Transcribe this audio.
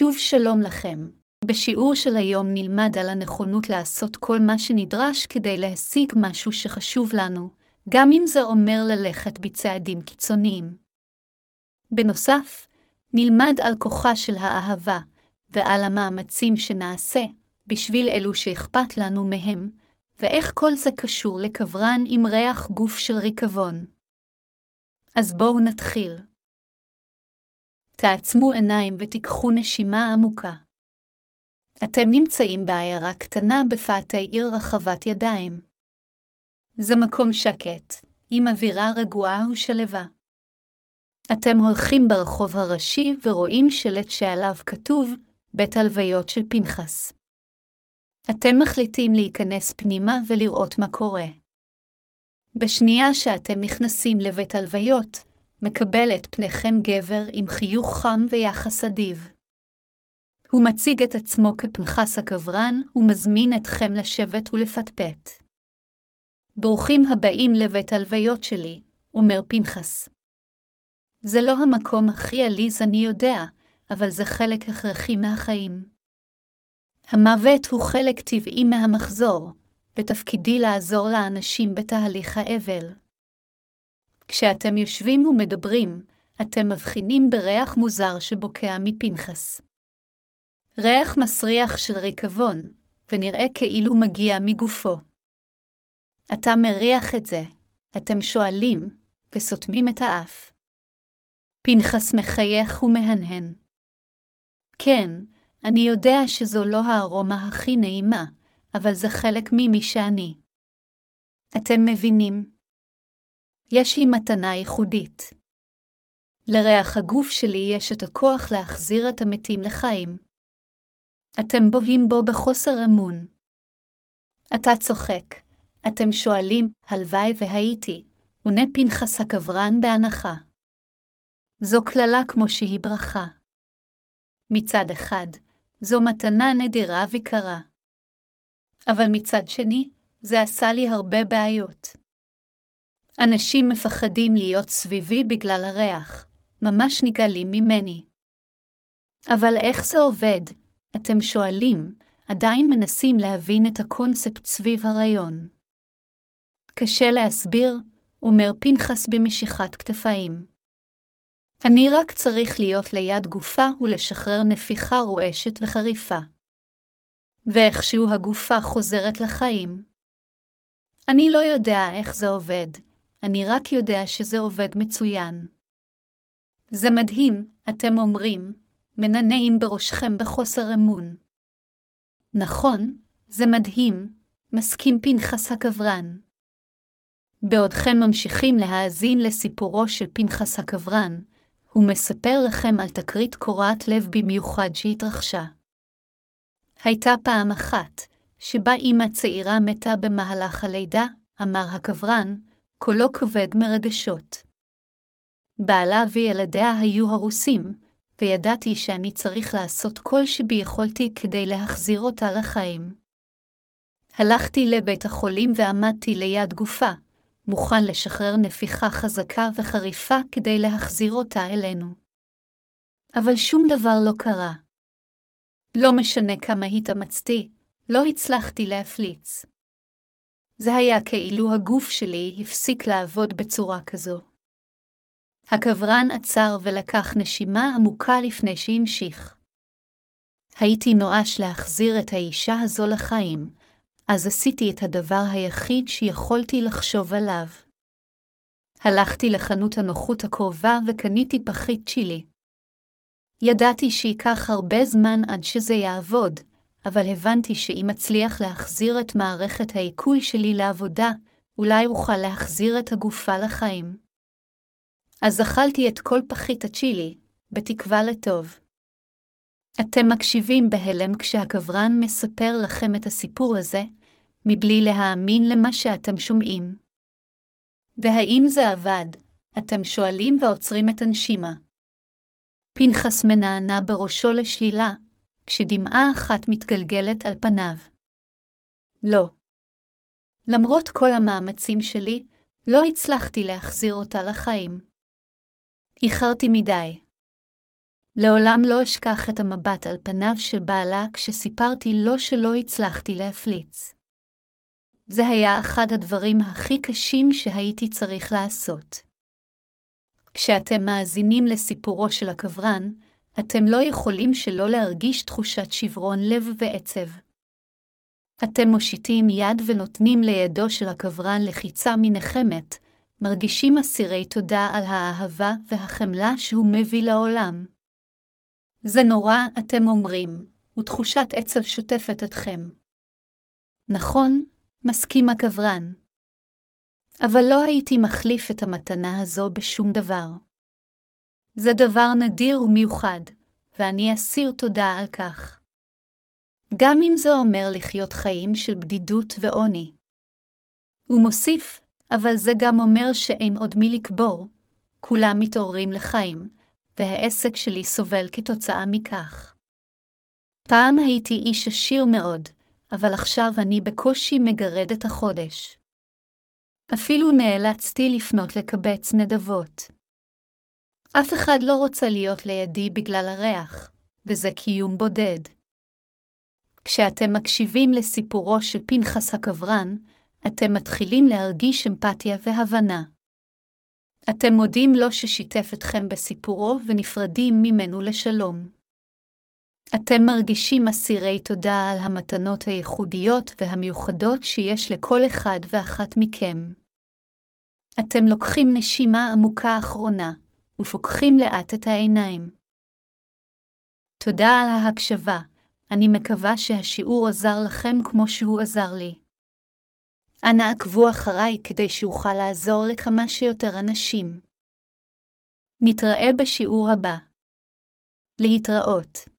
שוב שלום לכם. בשיעור של היום נלמד על הנכונות לעשות כל מה שנדרש כדי להשיג משהו שחשוב לנו, גם אם זה אומר ללכת בצעדים קיצוניים. בנוסף, נלמד על כוחה של האהבה, ועל המאמצים שנעשה, בשביל אלו שאכפת לנו מהם, ואיך כל זה קשור לקברן עם ריח גוף של ריקבון. אז בואו נתחיל. תעצמו עיניים ותיקחו נשימה עמוקה. אתם נמצאים בעיירה קטנה בפאתי עיר רחבת ידיים. זה מקום שקט, עם אווירה רגועה ושלווה. אתם הולכים ברחוב הראשי ורואים שלט שעליו כתוב, בית הלוויות של פנחס. אתם מחליטים להיכנס פנימה ולראות מה קורה. בשנייה שאתם נכנסים לבית הלוויות, מקבל את פניכם גבר עם חיוך חם ויחס אדיב. הוא מציג את עצמו כפנחס הקברן ומזמין אתכם לשבת ולפטפט. ברוכים הבאים לבית הלוויות שלי, אומר פנחס. זה לא המקום הכי עליז אני יודע, אבל זה חלק הכרחי מהחיים. המוות הוא חלק טבעי מהמחזור, ותפקידי לעזור לאנשים בתהליך האבל. כשאתם יושבים ומדברים, אתם מבחינים בריח מוזר שבוקע מפנחס. ריח מסריח של ריקבון, ונראה כאילו מגיע מגופו. אתה מריח את זה, אתם שואלים, וסותמים את האף. פנחס מחייך ומהנהן. כן, אני יודע שזו לא הארומה הכי נעימה, אבל זה חלק ממי שאני. אתם מבינים? יש לי מתנה ייחודית. לריח הגוף שלי יש את הכוח להחזיר את המתים לחיים. אתם בוהים בו בחוסר אמון. אתה צוחק. אתם שואלים, הלוואי והייתי, עונה פנחס הקברן בהנחה. זו כללה כמו שהיא ברכה. מצד אחד, זו מתנה נדירה וקרה. אבל מצד שני, זה עשה לי הרבה בעיות. אנשים מפחדים להיות סביבי בגלל הריח, ממש נגעלים ממני. אבל איך זה עובד? אתם שואלים, עדיין מנסים להבין את הקונספט סביב הרעיון. קשה להסביר, אומר פנחס במשיכת כתפיים. אני רק צריך להיות ליד גופה ולשחרר נפיחה רועשת וחריפה. ואיכשהו הגופה חוזרת לחיים. אני לא יודע איך זה עובד, אני רק יודע שזה עובד מצוין. זה מדהים, אתם אומרים, מנענעים בראשכם בחוסר אמון. נכון, זה מדהים, מסכים פנחס הקברן. בעודכם ממשיכים להאזין לסיפורו של פנחס הקברן, הוא מספר לכם על תקרית קורעת לב במיוחד שהתרחשה. הייתה פעם אחת, שבה אמא צעירה מתה במהלך הלידה, אמר הקברן, קולו כבד מרגשות. בעלה וילדיה היו הרוסים, וידעתי שאני צריך לעשות כל שביכולתי כדי להחזיר אותה לחיים. הלכתי לבית החולים ועמדתי ליד גופה, מוכן לשחרר נפיחה חזקה וחריפה כדי להחזיר אותה אלינו. אבל שום דבר לא קרה. לא משנה כמה התאמצתי, לא הצלחתי להפליץ. זה היה כאילו הגוף שלי הפסיק לעבוד בצורה כזו. הקברן עצר ולקח נשימה עמוקה לפני שהמשיך. הייתי נואש להחזיר את האישה הזו לחיים, אז עשיתי את הדבר היחיד שיכולתי לחשוב עליו. הלכתי לחנות הנוחות הקרובה וקניתי פחית צ'ילי. ידעתי שיקח הרבה זמן עד שזה יעבוד, אבל הבנתי שאם אצליח להחזיר את מערכת העיכול שלי לעבודה, אולי אוכל להחזיר את הגופה לחיים. אז אכלתי את כל פחית הצ'ילי, בתקווה לטוב. אתם מקשיבים בהלם כשהקברן מספר לכם את הסיפור הזה, מבלי להאמין למה שאתם שומעים. והאם זה עבד? אתם שואלים ועוצרים את הנשימה. פנחס מנענע בראשו לשלילה, כשדמעה אחת מתגלגלת על פניו. לא. למרות כל המאמצים שלי, לא הצלחתי להחזיר אותה לחיים. איחרתי מדי. לעולם לא אשכח את המבט על פניו של בעלה כשסיפרתי לו שלא הצלחתי להפליץ. זה היה אחד הדברים הכי קשים שהייתי צריך לעשות. כשאתם מאזינים לסיפורו של הקברן, אתם לא יכולים שלא להרגיש תחושת שברון לב ועצב. אתם מושיטים יד ונותנים לידו של הקברן לחיצה מנחמת, מרגישים אסירי תודה על האהבה והחמלה שהוא מביא לעולם. זה נורא, אתם אומרים, ותחושת עצב שוטפת אתכם. נכון, מסכים הקברן. אבל לא הייתי מחליף את המתנה הזו בשום דבר. זה דבר נדיר ומיוחד, ואני אסיר תודה על כך. גם אם זה אומר לחיות חיים של בדידות ועוני. הוא מוסיף, אבל זה גם אומר שאין עוד מי לקבור, כולם מתעוררים לחיים, והעסק שלי סובל כתוצאה מכך. פעם הייתי איש עשיר מאוד, אבל עכשיו אני בקושי מגרד את החודש. אפילו נאלצתי לפנות לקבץ נדבות. אף אחד לא רוצה להיות לידי בגלל הריח, וזה קיום בודד. כשאתם מקשיבים לסיפורו של פנחס הקברן, אתם מתחילים להרגיש אמפתיה והבנה. אתם מודים לו ששיתף אתכם בסיפורו ונפרדים ממנו לשלום. אתם מרגישים אסירי תודה על המתנות הייחודיות והמיוחדות שיש לכל אחד ואחת מכם. אתם לוקחים נשימה עמוקה אחרונה, ופוקחים לאט את העיניים. תודה על ההקשבה, אני מקווה שהשיעור עזר לכם כמו שהוא עזר לי. אנא עקבו אחריי כדי שאוכל לעזור לכמה שיותר אנשים. נתראה בשיעור הבא. להתראות.